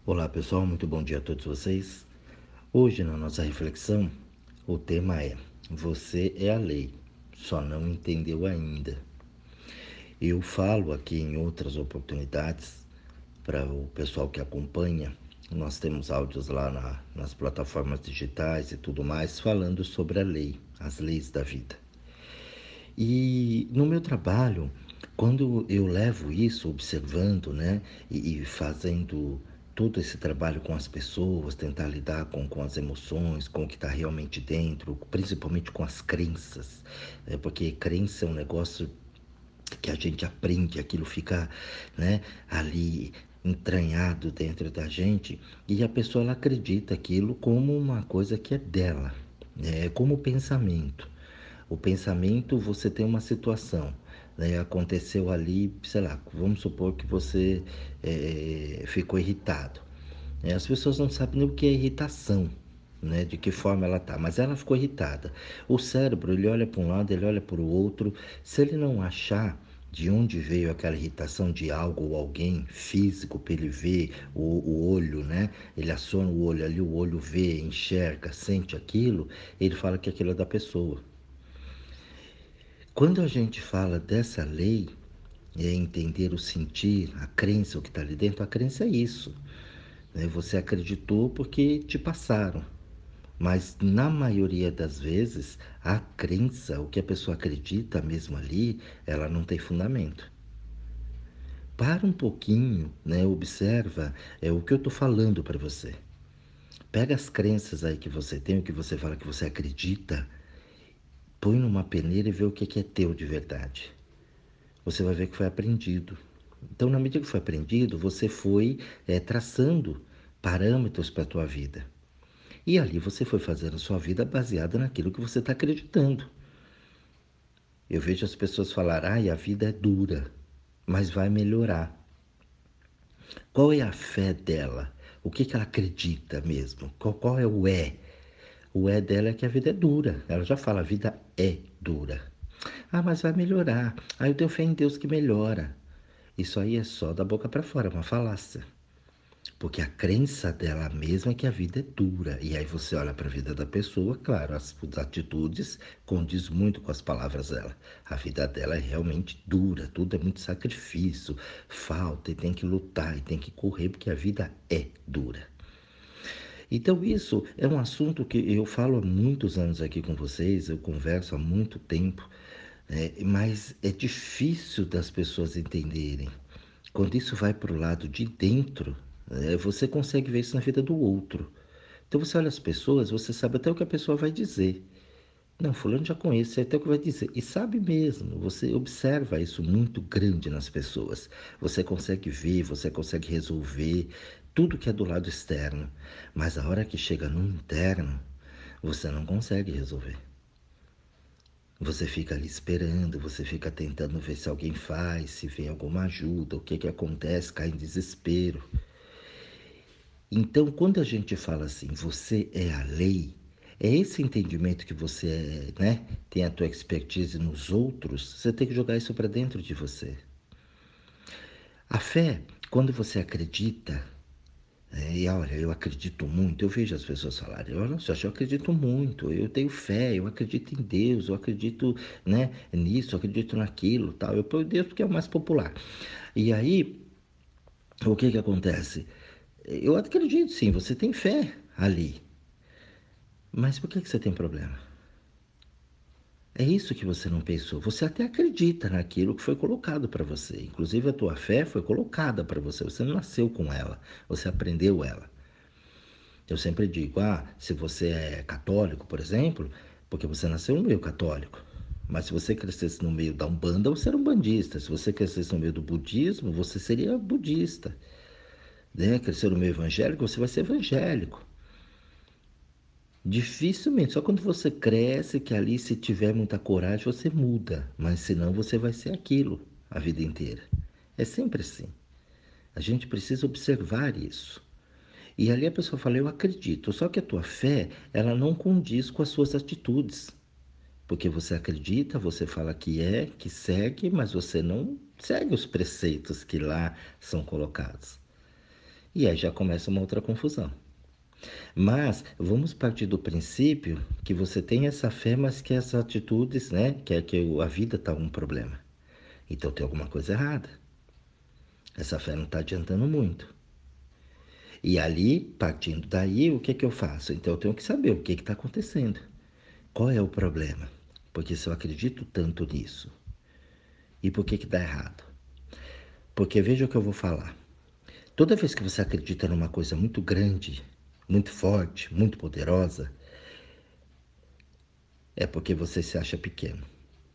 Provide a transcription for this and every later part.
Olá pessoal, muito bom dia a todos vocês. Hoje na nossa reflexão, o tema é: Você é a lei, só não entendeu ainda. Eu falo aqui em outras oportunidades para o pessoal que acompanha. Nós temos áudios lá nas plataformas digitais e tudo mais falando sobre a lei, as leis da vida. E no meu trabalho, quando eu levo isso, observando, né, e fazendo todo esse trabalho com as pessoas, tentar lidar com as emoções, com o que está realmente dentro, principalmente com as crenças, porque crença é um negócio que a gente aprende, aquilo fica, né, ali entranhado dentro da gente e a pessoa ela acredita aquilo como uma coisa que é dela, é como pensamento. O pensamento, você tem uma situação, né? Aconteceu ali, sei lá, vamos supor que você ficou irritado. As pessoas não sabem nem o que é irritação, né? De que forma ela tá, mas ela ficou irritada. O cérebro, ele olha para um lado, ele olha para o outro. Se ele não achar de onde veio aquela irritação de algo ou alguém físico para ele ver o olho, né? Ele aciona o olho ali, o olho vê, enxerga, sente aquilo, ele fala que aquilo é da pessoa. Quando a gente fala dessa lei, é entender o sentir, a crença, o que está ali dentro, a crença é isso. Né? Você acreditou porque te passaram. Mas na maioria das vezes, a crença, o que a pessoa acredita mesmo ali, ela não tem fundamento. Para um pouquinho, né? Observa o que eu estou falando para você. Pega as crenças aí que você tem, o que você fala que você acredita, põe numa peneira e vê o que é teu de verdade. Você vai ver que foi aprendido. Então, na medida que foi aprendido, você foi traçando parâmetros para a tua vida. E ali você foi fazendo a sua vida baseada naquilo que você está acreditando. Eu vejo as pessoas falar, a vida é dura, mas vai melhorar. Qual é a fé dela? O que ela acredita mesmo? Qual é o é? O é dela é que a vida é dura. Ela já fala, a vida é dura. Mas vai melhorar. Eu tenho fé em Deus que melhora. Isso aí é só da boca para fora, uma falácia. Porque a crença dela mesma é que a vida é dura. E aí você olha para a vida da pessoa, claro, as atitudes condiz muito com as palavras dela. A vida dela é realmente dura, tudo é muito sacrifício, falta e tem que lutar e tem que correr, porque a vida é dura. Então isso é um assunto que eu falo há muitos anos aqui com vocês, eu converso há muito tempo, mas é difícil das pessoas entenderem. Quando isso vai para o lado de dentro, você consegue ver isso na vida do outro. Então você olha as pessoas, você sabe até o que a pessoa vai dizer. Não, fulano já conhece, até o que vai dizer. E sabe mesmo, você observa isso muito grande nas pessoas. Você consegue ver, você consegue resolver tudo que é do lado externo. Mas a hora que chega no interno, você não consegue resolver. Você fica ali esperando, você fica tentando ver se alguém faz, se vem alguma ajuda, o que acontece, cai em desespero. Então, quando a gente fala assim, você é a lei, é esse entendimento que você né, tem a tua expertise nos outros, você tem que jogar isso para dentro de você. A fé, quando você acredita, e olha, eu acredito muito, eu vejo as pessoas falarem, olha só, eu acredito muito, eu tenho fé, eu acredito em Deus, eu acredito né, nisso, eu acredito naquilo, tal. Eu ponho Deus porque é o mais popular. E aí, o que acontece? Eu acredito sim, você tem fé ali. Mas por que você tem problema? É isso que você não pensou. Você até acredita naquilo que foi colocado para você. Inclusive a tua fé foi colocada para você. Você não nasceu com ela. Você aprendeu ela. Eu sempre digo, se você é católico, por exemplo, porque você nasceu no meio católico. Mas se você crescesse no meio da Umbanda, você era um bandista. Se você crescesse no meio do budismo, você seria budista. Né? Crescer no meio evangélico, você vai ser evangélico. Dificilmente, só quando você cresce, que ali se tiver muita coragem, você muda. Mas senão você vai ser aquilo a vida inteira. É sempre assim. A gente precisa observar isso. E ali a pessoa fala, eu acredito. Só que a tua fé, ela não condiz com as suas atitudes. Porque você acredita, você fala que segue, mas você não segue os preceitos que lá são colocados. E aí já começa uma outra confusão. Mas vamos partir do princípio que você tem essa fé, mas que as atitudes, né? Que a vida está um problema. Então tem alguma coisa errada. Essa fé não está adiantando muito. E ali, partindo daí, o que eu faço? Então eu tenho que saber o que está acontecendo. Qual é o problema? Porque se eu acredito tanto nisso, e por que dá errado? Porque veja o que eu vou falar. Toda vez que você acredita numa coisa muito grande, muito forte, muito poderosa, é porque você se acha pequeno.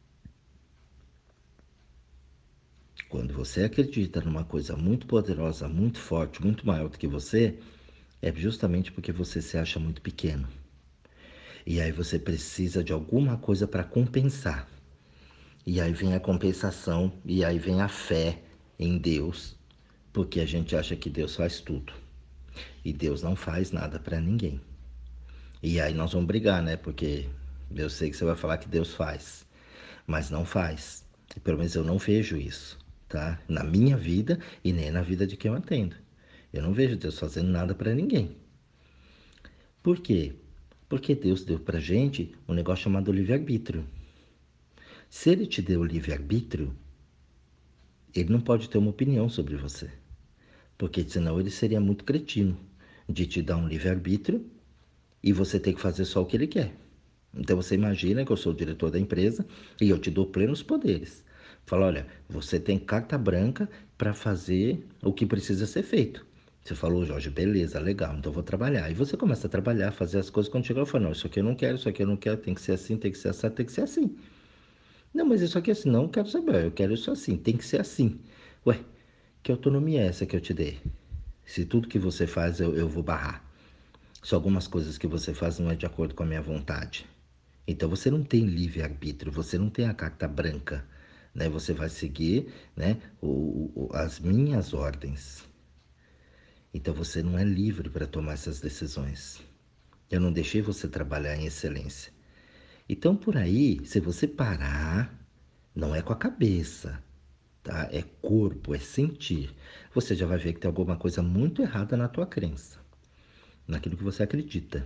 Quando você acredita numa coisa muito poderosa, muito forte, muito maior do que você, é justamente porque você se acha muito pequeno. E aí você precisa de alguma coisa para compensar. E aí vem a compensação, e aí vem a fé em Deus, porque a gente acha que Deus faz tudo. E Deus não faz nada para ninguém. E aí nós vamos brigar, né? Porque eu sei que você vai falar que Deus faz, mas não faz. Pelo menos eu não vejo isso, tá? Na minha vida e nem na vida de quem eu atendo. Eu não vejo Deus fazendo nada para ninguém. Por quê? Porque Deus deu pra gente um negócio chamado livre-arbítrio. Se ele te deu o livre-arbítrio, ele não pode ter uma opinião sobre você. Porque senão ele seria muito cretino de te dar um livre-arbítrio e você ter que fazer só o que ele quer. Então você imagina que eu sou o diretor da empresa e eu te dou plenos poderes. Fala, olha, você tem carta branca para fazer o que precisa ser feito. Você falou, Jorge, beleza, legal, então eu vou trabalhar. E você começa a trabalhar, fazer as coisas. Quando chega, eu falo, não, isso aqui eu não quero, isso aqui eu não quero, tem que ser assim, tem que ser assim, tem que ser assim. Não, mas isso aqui é assim, não, eu quero saber, eu quero isso assim, tem que ser assim. Ué, que autonomia é essa que eu te dei? Se tudo que você faz eu vou barrar. Se algumas coisas que você faz não é de acordo com a minha vontade. Então você não tem livre-arbítrio, você não tem a carta branca. Né? Você vai seguir, né, as minhas ordens. Então você não é livre para tomar essas decisões. Eu não deixei você trabalhar em excelência. Então por aí, se você parar, não é com a cabeça, tá? É corpo, é sentir. Você já vai ver que tem alguma coisa muito errada na tua crença, naquilo que você acredita.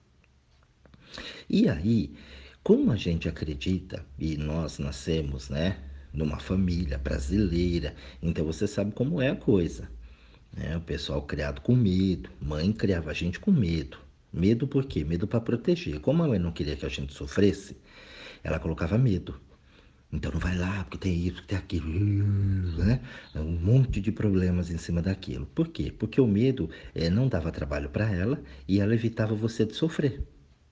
E aí, como a gente acredita, e nós nascemos, né, numa família brasileira, então você sabe como é a coisa. Né? O pessoal criado com medo, mãe criava a gente com medo. Medo por quê? Medo para proteger. Como a mãe não queria que a gente sofresse, ela colocava medo. Então não vai lá, porque tem isso, tem aquilo, né? Um monte de problemas em cima daquilo. Por quê? Porque o medo não dava trabalho para ela e ela evitava você de sofrer.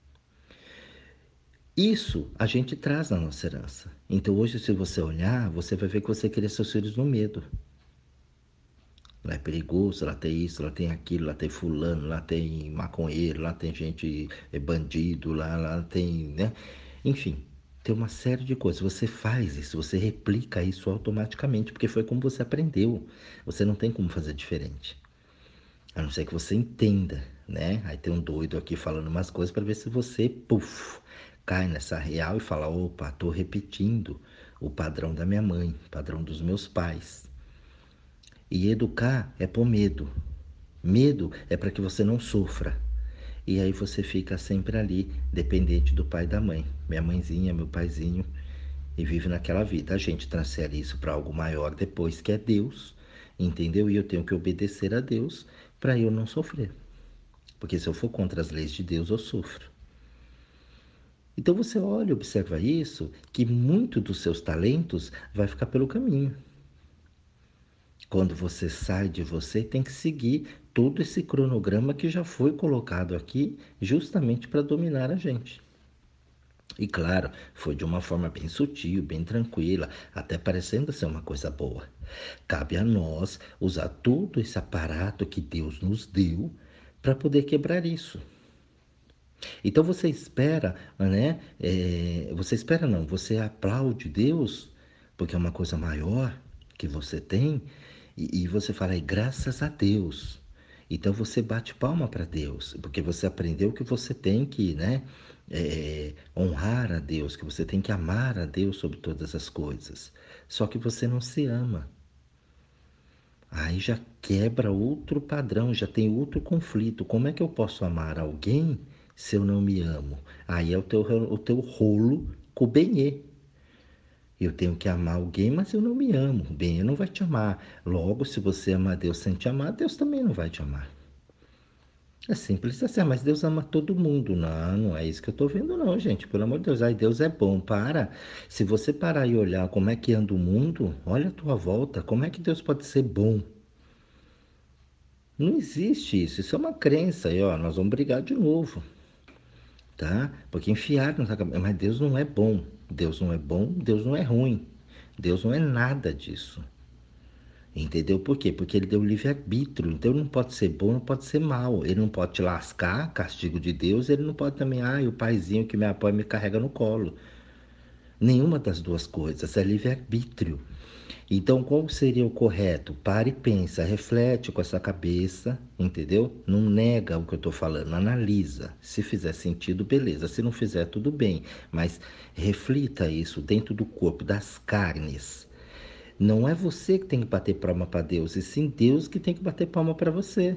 Isso a gente traz na nossa herança. Então hoje, se você olhar, você vai ver que você cria seus filhos no medo. Lá é perigoso, lá tem isso, lá tem aquilo, lá tem fulano, lá tem maconheiro, lá tem gente bandido, lá tem, né? Enfim, tem uma série de coisas. Você faz isso, você replica isso automaticamente, porque foi como você aprendeu. Você não tem como fazer diferente. A não ser que você entenda, né? Aí tem um doido aqui falando umas coisas para ver se você, puf, cai nessa real e fala, opa, tô repetindo o padrão da minha mãe, o padrão dos meus pais. E educar é por medo. Medo é para que você não sofra. E aí você fica sempre ali, dependente do pai e da mãe. Minha mãezinha, meu paizinho, e vive naquela vida. A gente transfere isso para algo maior depois, que é Deus, entendeu? E eu tenho que obedecer a Deus para eu não sofrer. Porque se eu for contra as leis de Deus, eu sofro. Então você olha, observa isso, que muito dos seus talentos vai ficar pelo caminho. Quando você sai de você, tem que seguir todo esse cronograma que já foi colocado aqui justamente para dominar a gente. E claro, foi de uma forma bem sutil, bem tranquila, até parecendo ser uma coisa boa. Cabe a nós usar todo esse aparato que Deus nos deu para poder quebrar isso. Então você espera, né? Você espera não, você aplaude Deus, porque é uma coisa maior que você tem, e você fala, graças a Deus. Então você bate palma para Deus, porque você aprendeu que você tem que, né, honrar a Deus, que você tem que amar a Deus sobre todas as coisas. Só que você não se ama. Aí já quebra outro padrão, já tem outro conflito. Como é que eu posso amar alguém se eu não me amo? Aí é o teu rolo com o benê. Eu tenho que amar alguém, mas eu não me amo. O benê não vai te amar. Logo, se você amar Deus sem te amar, Deus também não vai te amar. É simples assim, mas Deus ama todo mundo. Não, não é isso que eu tô vendo, não, gente. Pelo amor de Deus. Ai, Deus é bom. Para. Se você parar e olhar como é que anda o mundo, olha a tua volta. Como é que Deus pode ser bom? Não existe isso. Isso é uma crença. E ó, nós vamos brigar de novo, tá? Porque enfiaram na cabeça. Mas Deus não é bom. Deus não é bom, Deus não é ruim. Deus não é nada disso. Entendeu por quê? Porque ele deu livre-arbítrio. Então ele não pode ser bom, não pode ser mal. Ele não pode te lascar, castigo de Deus. Ele não pode também, o paizinho que me apoia me carrega no colo. Nenhuma das duas coisas. É livre-arbítrio. Então, qual seria o correto? Para e pensa, reflete com essa cabeça, entendeu? Não nega o que eu estou falando, analisa. Se fizer sentido, beleza. Se não fizer, tudo bem. Mas reflita isso dentro do corpo, das carnes. Não é você que tem que bater palma para Deus, e sim Deus que tem que bater palma para você.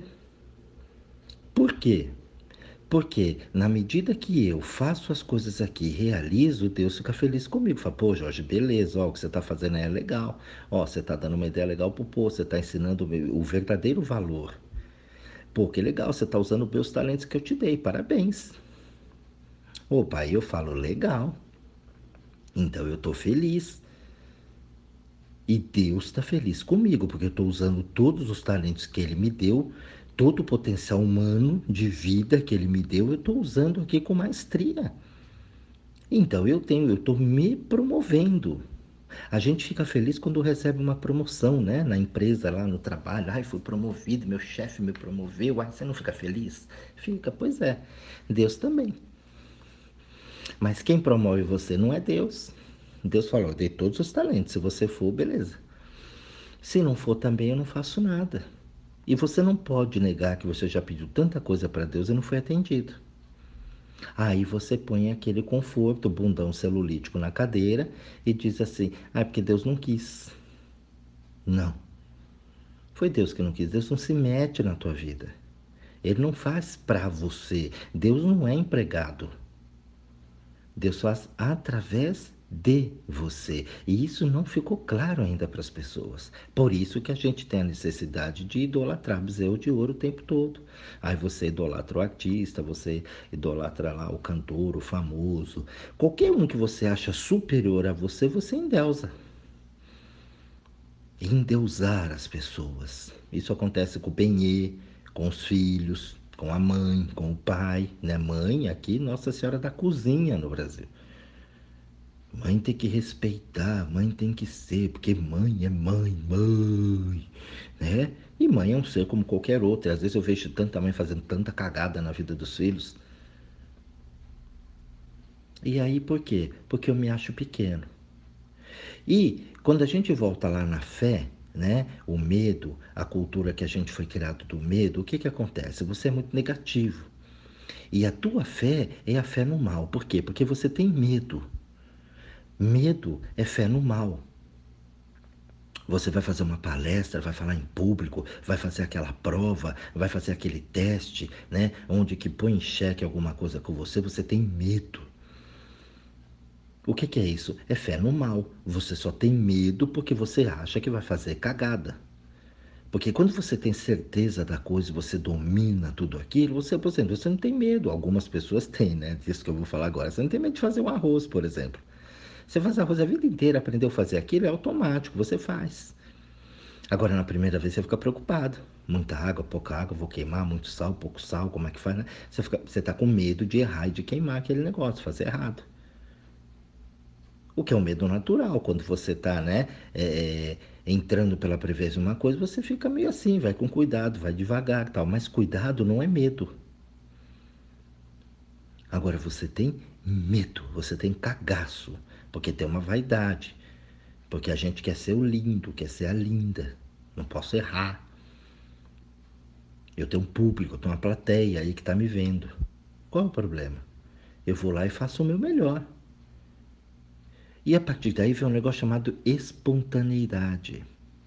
Por quê? Porque na medida que eu faço as coisas aqui, realizo, Deus fica feliz comigo. Fala, pô, Jorge, beleza, ó, o que você está fazendo aí é legal. Ó, você está dando uma ideia legal pro povo, você está ensinando o verdadeiro valor. Pô, que legal, você está usando os meus talentos que eu te dei, parabéns. Opa, aí eu falo, legal. Então eu estou feliz. E Deus está feliz comigo, porque eu estou usando todos os talentos que Ele me deu, todo o potencial humano de vida que Ele me deu, eu estou usando aqui com maestria. Então eu estou me promovendo. A gente fica feliz quando recebe uma promoção, né? Na empresa, lá no trabalho. Ai, fui promovido, meu chefe me promoveu. Ai, você não fica feliz? Fica, pois é. Deus também. Mas quem promove você não é Deus. Deus falou, eu dei todos os talentos. Se você for, beleza. Se não for também, eu não faço nada. E você não pode negar que você já pediu tanta coisa para Deus e não foi atendido. Aí você põe aquele conforto, bundão celulítico na cadeira e diz assim: é porque Deus não quis. Não. Foi Deus que não quis. Deus não se mete na tua vida. Ele não faz para você. Deus não é empregado. Deus faz através de você. E isso não ficou claro ainda para as pessoas. Por isso que a gente tem a necessidade de idolatrar bezerro de ouro o tempo todo. Aí você idolatra o artista, você idolatra lá o cantor, o famoso. Qualquer um que você acha superior a você, você endeusa. Endeusar as pessoas. Isso acontece com o benê, com os filhos, com a mãe, com o pai, né? Mãe aqui, Nossa Senhora da Cozinha no Brasil. Mãe tem que respeitar, mãe tem que ser, porque mãe é mãe, mãe, né? E mãe é um ser como qualquer outro. E às vezes eu vejo tanta mãe fazendo tanta cagada na vida dos filhos. E aí por quê? Porque eu me acho pequeno. E quando a gente volta lá na fé, né? O medo, a cultura que a gente foi criado do medo, o que que acontece? Você é muito negativo. E a tua fé é a fé no mal. Por quê? Porque você tem medo. Medo é fé no mal. Você vai fazer uma palestra, vai falar em público, vai fazer aquela prova, vai fazer aquele teste, né? Onde que põe em xeque alguma coisa com você, você tem medo. O que que é isso? É fé no mal. Você só tem medo porque você acha que vai fazer cagada. Porque quando você tem certeza da coisa, você domina tudo aquilo, você, por exemplo, você não tem medo. Algumas pessoas têm, né? Disso que eu vou falar agora. Você não tem medo de fazer um arroz, por exemplo. Você faz arroz a vida inteira, aprendeu a fazer aquilo, é automático, você faz. Agora, na primeira vez, você fica preocupado. Muita água, pouca água, vou queimar, muito sal, pouco sal, como é que faz, né? Você tá com medo de errar e de queimar aquele negócio, fazer errado. O que é um medo natural, quando você tá, né, entrando pela primeira vez em uma coisa, você fica meio assim, vai com cuidado, vai devagar tal. Mas cuidado não é medo. Agora, você tem medo, você tem cagaço, porque tem uma vaidade. Porque a gente quer ser o lindo, quer ser a linda. Não posso errar. Eu tenho um público, eu tenho uma plateia aí que está me vendo. Qual é o problema? Eu vou lá e faço o meu melhor. E a partir daí vem um negócio chamado espontaneidade.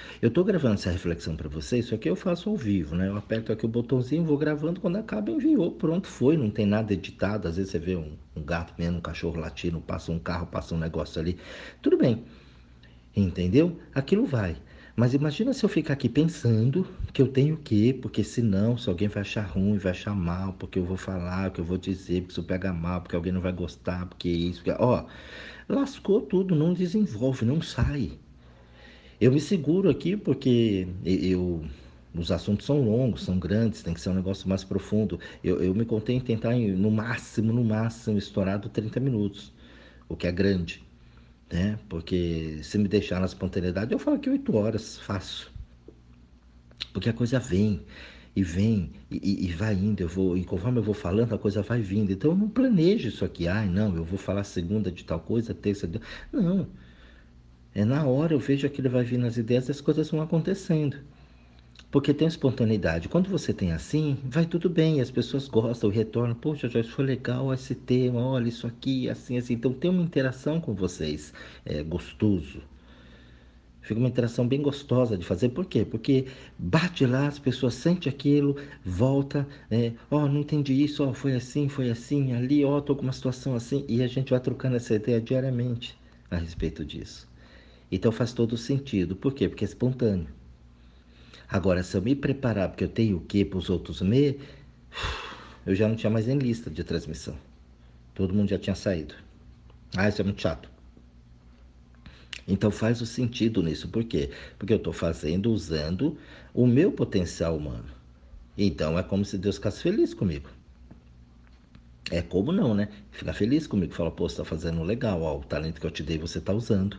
Eu estou gravando essa reflexão para vocês, isso aqui eu faço ao vivo, né? Eu aperto aqui o botãozinho, vou gravando, quando acaba enviou, pronto, foi, não tem nada editado. Às vezes você vê um gato vendo, um cachorro latindo, passa um carro, passa um negócio ali. Tudo bem, entendeu? Aquilo vai. Mas imagina se eu ficar aqui pensando que eu tenho que, porque senão, se alguém vai achar ruim, vai achar mal, porque eu vou falar, o que eu vou dizer, porque isso pega mal, porque alguém não vai gostar, porque isso, porque... Ó, lascou tudo, não desenvolve, não sai. Eu me seguro aqui porque os assuntos são longos, são grandes, tem que ser um negócio mais profundo. Eu me contei em tentar, no máximo, estourado 30 minutos, o que é grande, né? Porque se me deixar na espontaneidade, eu falo que 8 horas, faço. Porque a coisa vem, e vem, e vai indo, e conforme eu vou falando, a coisa vai vindo. Então eu não planejo isso aqui, ai não, eu vou falar segunda de tal coisa, terça de... Não, é na hora eu vejo que ele vai vir nas ideias e as coisas vão acontecendo. Porque tem espontaneidade. Quando você tem assim, vai tudo bem, as pessoas gostam, retornam. Poxa, Joyce, foi legal esse tema, olha isso aqui, assim, assim. Então tem uma interação com vocês, é gostoso. Fica uma interação bem gostosa de fazer. Por quê? Porque bate lá, as pessoas sentem aquilo, volta, ó, não entendi isso, ó, foi assim, ali, ó, tô com uma situação assim, e a gente vai trocando essa ideia diariamente a respeito disso. Então faz todo sentido. Por quê? Porque é espontâneo. Agora, se eu me preparar porque eu tenho o quê para os outros me, eu já não tinha mais nem lista de transmissão. Todo mundo já tinha saído. Ah, isso é muito chato. Então faz o sentido nisso. Por quê? Porque eu estou fazendo usando o meu potencial humano. Então é como se Deus ficasse feliz comigo. É como não, né? Fica feliz comigo. Fala, pô, você está fazendo legal. Ó, o talento que eu te dei você está usando.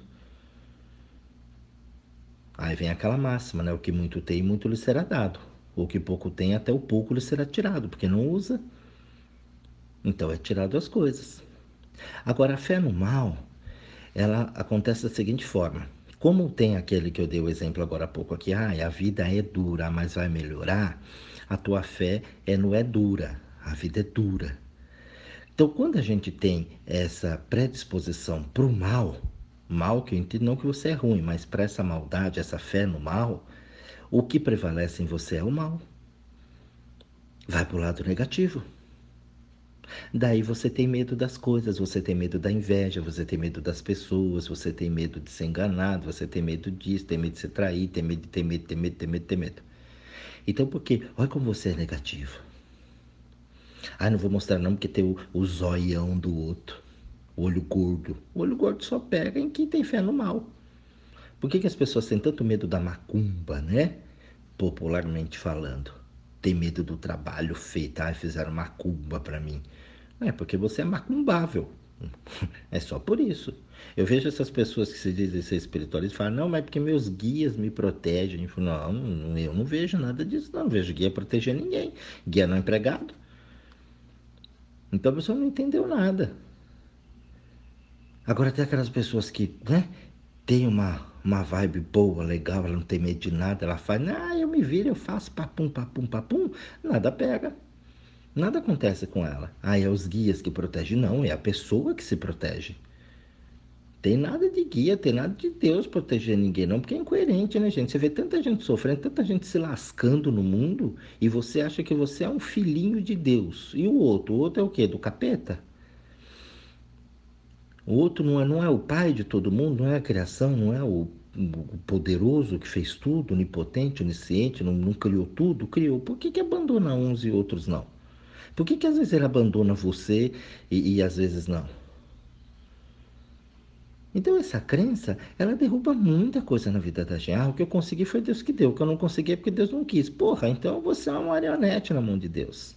Aí vem aquela máxima, né? O que muito tem, muito lhe será dado. O que pouco tem, até o pouco lhe será tirado. Porque não usa, então é tirado as coisas. Agora, a fé no mal, ela acontece da seguinte forma. Como tem aquele que eu dei o exemplo agora há pouco aqui, a vida é dura, mas vai melhorar, a tua fé não é dura, a vida é dura. Então, quando a gente tem essa predisposição para o mal, mal que eu entendo não que você é ruim, mas para essa maldade, essa fé no mal, o que prevalece em você é o mal. Vai para o lado negativo. Daí você tem medo das coisas, você tem medo da inveja, você tem medo das pessoas, você tem medo de ser enganado, você tem medo disso, tem medo de ser traído, tem medo, tem medo, tem medo, tem medo, tem medo. Então por quê? Olha como você é negativo. Ah, não vou mostrar não porque tem o zoião do outro, o olho gordo. O olho gordo só pega em quem tem fé no mal. Por que as pessoas têm tanto medo da macumba, né? Popularmente falando. Tem medo do trabalho feito, fizeram macumba pra mim. É porque você é macumbável. É só por isso. Eu vejo essas pessoas que se dizem ser espiritualistas e falam, não, mas é porque meus guias me protegem. Eu falo, não, eu não vejo nada disso, não vejo guia proteger ninguém. Guia não é empregado. Então a pessoa não entendeu nada. Agora tem aquelas pessoas que, né, tem uma vibe boa, legal, ela não tem medo de nada, ela faz, eu me viro, eu faço papum, papum, papum, nada pega. Nada acontece com ela. É os guias que protegem. Não, é a pessoa que se protege. Tem nada de guia, tem nada de Deus proteger ninguém, não, porque é incoerente, né, gente? Você vê tanta gente sofrendo, tanta gente se lascando no mundo, e você acha que você é um filhinho de Deus. E o outro? O outro é o quê? Do capeta? O outro não é o pai de todo mundo, não é a criação, não é o poderoso que fez tudo, onipotente, onisciente, não criou tudo? Criou. Por que abandona uns e outros não? Por que às vezes ele abandona você e às vezes não? Então essa crença, ela derruba muita coisa na vida da gente. O que eu consegui foi Deus que deu, o que eu não consegui é porque Deus não quis. Porra, então você é uma marionete na mão de Deus.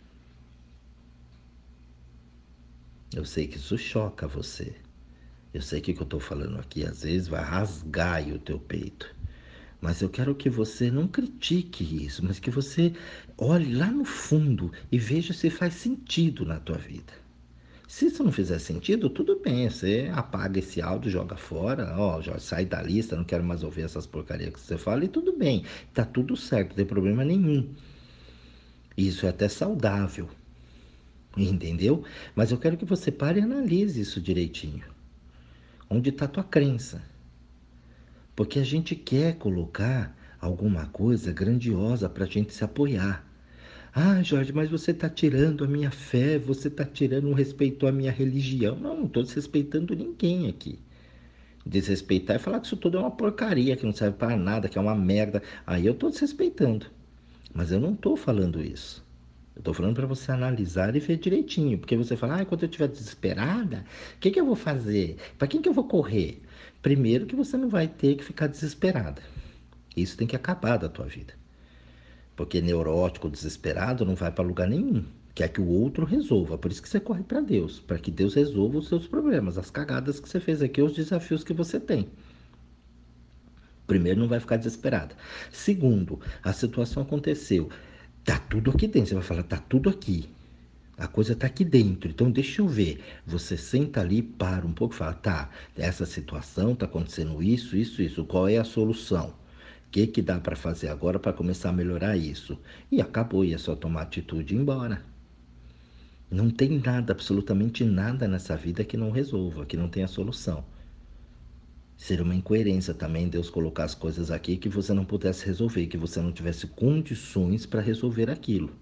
Eu sei que isso choca você. Eu sei que o que eu estou falando aqui às vezes vai rasgar aí o teu peito. Mas eu quero que você não critique isso, mas que você olhe lá no fundo e veja se faz sentido na tua vida. Se isso não fizer sentido, tudo bem, você apaga esse áudio, joga fora, já sai da lista, não quero mais ouvir essas porcarias que você fala, e tudo bem, tá tudo certo, não tem problema nenhum. Isso é até saudável, entendeu? Mas eu quero que você pare e analise isso direitinho. Onde está a tua crença? Porque a gente quer colocar alguma coisa grandiosa para a gente se apoiar. Ah, Jorge, mas você está tirando a minha fé, você está tirando o respeito à minha religião. Não estou desrespeitando ninguém aqui. Desrespeitar é falar que isso tudo é uma porcaria, que não serve para nada, que é uma merda. Aí eu estou desrespeitando. Mas eu não estou falando isso. Eu estou falando para você analisar e ver direitinho. Porque você fala, quando eu estiver desesperada, o que eu vou fazer? Para quem que eu vou correr? Primeiro que você não vai ter que ficar desesperada. Isso tem que acabar da tua vida. Porque neurótico, desesperado, não vai para lugar nenhum. Quer que o outro resolva. Por isso que você corre para Deus. Para que Deus resolva os seus problemas, as cagadas que você fez aqui, os desafios que você tem. Primeiro, não vai ficar desesperada. Segundo, a situação aconteceu. Tá tudo aqui dentro. Você vai falar, tá tudo aqui. A coisa tá aqui dentro. Então, deixa eu ver. Você senta ali, para um pouco e fala, tá, essa situação tá acontecendo isso, isso, isso. Qual é a solução? O que dá para fazer agora para começar a melhorar isso? E acabou, e é só tomar atitude e ir embora. Não tem nada, absolutamente nada nessa vida que não resolva, que não tenha solução. Seria uma incoerência também Deus colocar as coisas aqui que você não pudesse resolver, que você não tivesse condições para resolver aquilo.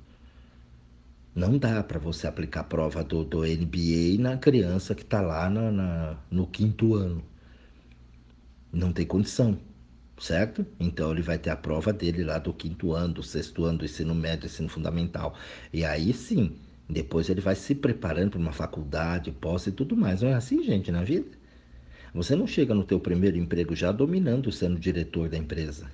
Não dá para você aplicar a prova do NBA na criança que está lá no quinto ano. Não tem condição, certo? Então ele vai ter a prova dele lá do quinto ano, do sexto ano, do ensino médio, do ensino fundamental. E aí sim, depois ele vai se preparando para uma faculdade, pós e tudo mais. Não é assim, gente, na vida? Você não chega no teu primeiro emprego já dominando, sendo diretor da empresa.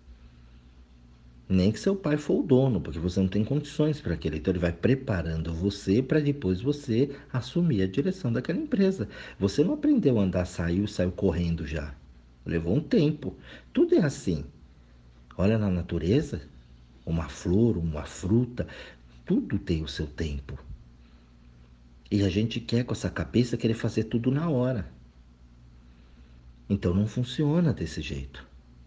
Nem que seu pai for o dono, porque você não tem condições para aquilo. Então ele vai preparando você para depois você assumir a direção daquela empresa. Você não aprendeu a andar, saiu correndo já. Levou um tempo. Tudo é assim. Olha na natureza, uma flor, uma fruta, tudo tem o seu tempo. E a gente quer com essa cabeça querer fazer tudo na hora. Então não funciona desse jeito.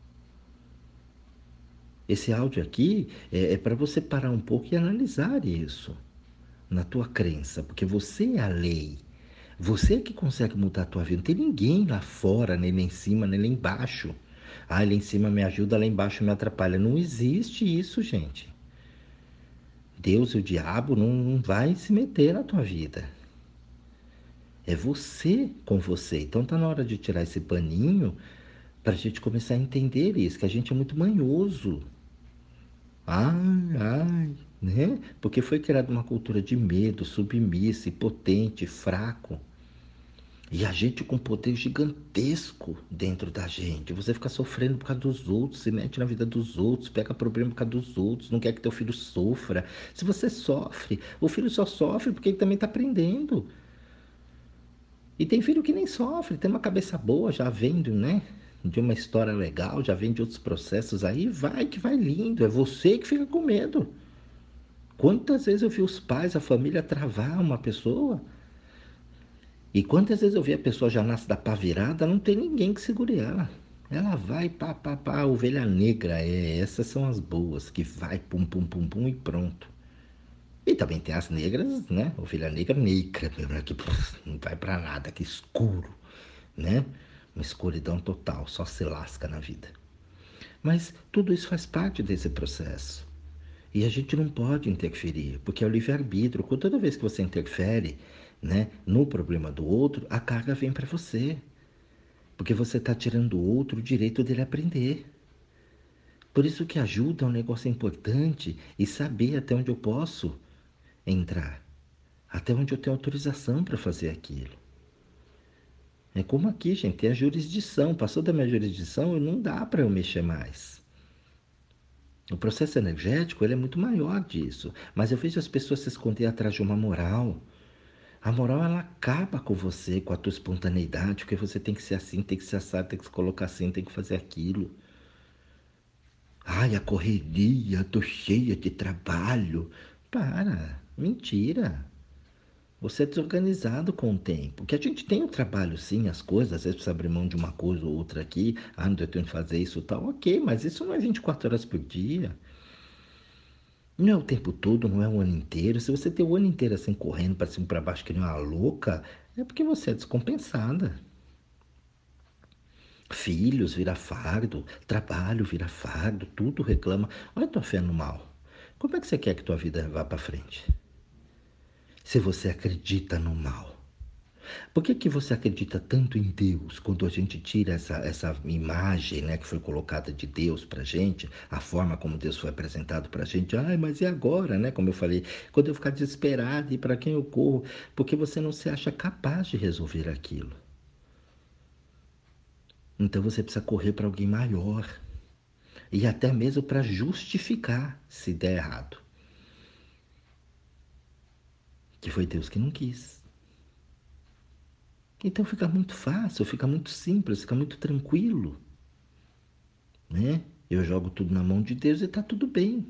Esse áudio aqui é para você parar um pouco e analisar isso na tua crença, porque você é a lei. Você é que consegue mudar a tua vida. Não tem ninguém lá fora, nem lá em cima, nem lá embaixo. Ah, lá em cima me ajuda, lá embaixo me atrapalha. Não existe isso, gente. Deus e o diabo não vai se meter na tua vida. É você com você. Então tá na hora de tirar esse paninho para a gente começar a entender isso, que a gente é muito manhoso. Ai, ai, né? Porque foi criada uma cultura de medo, submissa, impotente, fraco. E a gente com poder gigantesco dentro da gente. Você fica sofrendo por causa dos outros, se mete na vida dos outros, pega problema por causa dos outros, não quer que teu filho sofra. Se você sofre, o filho só sofre porque ele também está aprendendo. E tem filho que nem sofre, tem uma cabeça boa, já vem, né? De uma história legal, já vem de outros processos aí, vai que vai lindo. É você que fica com medo. Quantas vezes eu vi os pais, a família travar uma pessoa? E quantas vezes eu vi a pessoa já nasce da pá virada, não tem ninguém que segure ela. Ela vai, pá, pá, pá, ovelha negra, essas são as boas, que vai, pum, pum, pum, pum e pronto. E também tem as negras, né? Ovelha negra, mesmo, que não vai pra nada, que escuro, né? Uma escuridão total, só se lasca na vida. Mas tudo isso faz parte desse processo. E a gente não pode interferir, porque é o livre-arbítrio. Toda vez que você interfere, né, no problema do outro, a carga vem para você. Porque você está tirando do outro o direito dele aprender. Por isso que ajuda é um negócio importante e saber até onde eu posso entrar. Até onde eu tenho autorização para fazer aquilo. É como aqui, gente, tem a jurisdição. Passou da minha jurisdição, não dá para eu mexer mais. O processo energético ele é muito maior disso. Mas eu vejo as pessoas se esconder atrás de uma moral. A moral ela acaba com você, com a tua espontaneidade, porque você tem que ser assim, tem que ser assado, tem que se colocar assim, tem que fazer aquilo. Ai, a correria, tô cheia de trabalho. Para, mentira. Você é desorganizado com o tempo. Que a gente tem o trabalho, sim, as coisas, às vezes precisa abrir mão de uma coisa ou outra aqui. Ah, não, eu tenho que fazer isso e tal. Ok, mas isso não é 24 horas por dia. Não é o tempo todo, não é o ano inteiro. Se você tem o ano inteiro assim correndo para cima e para baixo que nem uma louca, é porque você é descompensada. Filhos vira fardo, trabalho vira fardo, tudo reclama. Olha a tua fé no mal. Como é que você quer que tua vida vá para frente? Se você acredita no mal. Por que que você acredita tanto em Deus quando a gente tira essa imagem, né, que foi colocada de Deus pra gente, a forma como Deus foi apresentado pra gente? Ai, mas e agora, né? Como eu falei, quando eu ficar desesperado e para quem eu corro? Porque você não se acha capaz de resolver aquilo. Então você precisa correr para alguém maior e até mesmo para justificar se der errado. Que foi Deus que não quis. Então fica muito fácil, fica muito simples, fica muito tranquilo, né? Eu jogo tudo na mão de Deus e tá tudo bem.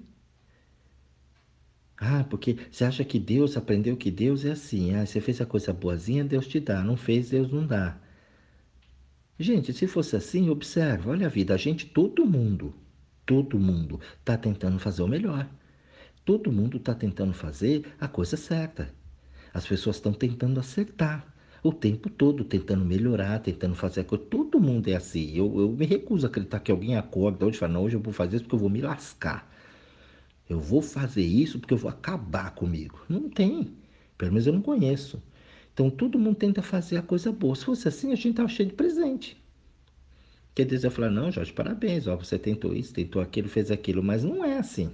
Ah, porque você acha que Deus aprendeu que Deus é assim. Ah, você fez a coisa boazinha, Deus te dá. Não fez, Deus não dá. Gente, se fosse assim, observa, olha a vida. A gente, todo mundo está tentando fazer o melhor. Todo mundo está tentando fazer a coisa certa. As pessoas estão tentando acertar. O tempo todo, tentando melhorar, tentando fazer a coisa. Todo mundo é assim. Eu me recuso a acreditar que alguém acorda hoje e fala, não, hoje eu vou fazer isso porque eu vou me lascar. Eu vou fazer isso porque eu vou acabar comigo. Não tem. Pelo menos eu não conheço. Então todo mundo tenta fazer a coisa boa. Se fosse assim, a gente tava cheio de presente. Quer dizer, eu falar, não, Jorge, parabéns, ó, você tentou isso, tentou aquilo, fez aquilo, mas não é assim.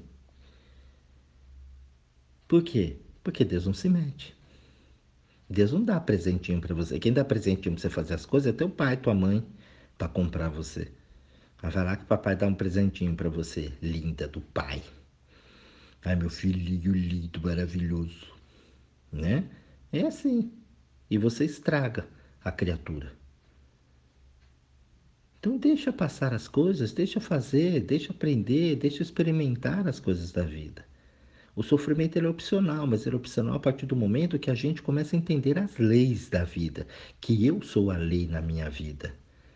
Por quê? Porque Deus não se mete. Deus não dá presentinho para você. Quem dá presentinho para você fazer as coisas é teu pai, tua mãe, para comprar você. Mas vai lá que o papai dá um presentinho para você, linda do pai. Ai, meu filhinho lindo, maravilhoso, né? É assim. E você estraga a criatura. Então deixa passar as coisas, deixa fazer, deixa aprender, deixa experimentar as coisas da vida. O sofrimento ele é opcional, mas ele é opcional a partir do momento que a gente começa a entender as leis da vida, que eu sou a lei na minha vida.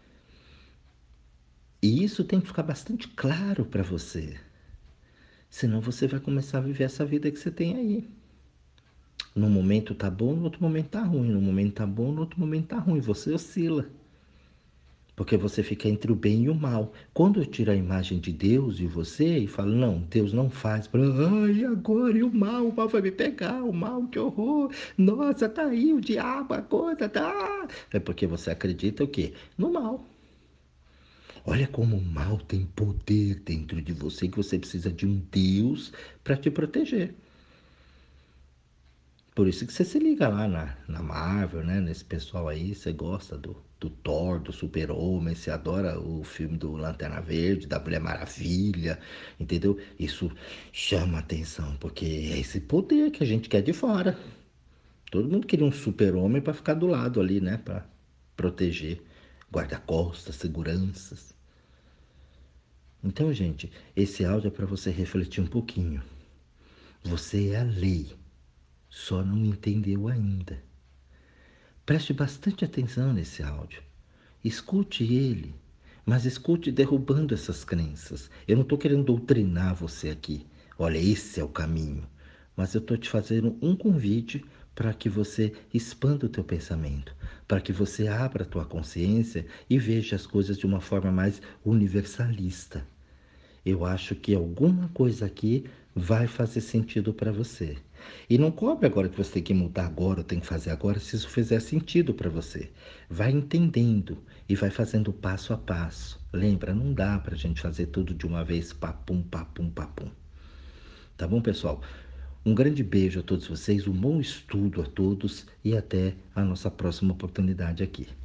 E isso tem que ficar bastante claro para você. Senão você vai começar a viver essa vida que você tem aí. No momento tá bom, no outro momento tá ruim. No momento tá bom, no outro momento tá ruim. Você oscila. Porque você fica entre o bem e o mal. Quando eu tiro a imagem de Deus de você e falo, não, Deus não faz. Ai, agora e o mal vai me pegar, o mal, que horror. Nossa, tá aí o diabo, a coisa, tá. É porque você acredita o quê? No mal. Olha como o mal tem poder dentro de você, que você precisa de um Deus para te proteger. Por isso que você se liga lá na Marvel, né? Nesse pessoal aí, você gosta do Thor, do Super-Homem, você adora o filme do Lanterna Verde, da Mulher Maravilha, entendeu? Isso chama atenção, porque é esse poder que a gente quer de fora. Todo mundo queria um super-homem para ficar do lado ali, né? Para proteger guarda-costas, seguranças. Então, gente, esse áudio é para você refletir um pouquinho. Você é a lei, só não entendeu ainda. Preste bastante atenção nesse áudio. Escute ele, mas escute derrubando essas crenças. Eu não estou querendo doutrinar você aqui. Olha, esse é o caminho. Mas eu estou te fazendo um convite para que você expanda o teu pensamento, para que você abra a tua consciência e veja as coisas de uma forma mais universalista. Eu acho que alguma coisa aqui vai fazer sentido para você. E não cobre agora que você tem que mudar agora, ou tem que fazer agora, se isso fizer sentido para você. Vai entendendo e vai fazendo passo a passo. Lembra, não dá para a gente fazer tudo de uma vez, papum, papum, papum. Tá bom, pessoal? Um grande beijo a todos vocês, um bom estudo a todos e até a nossa próxima oportunidade aqui.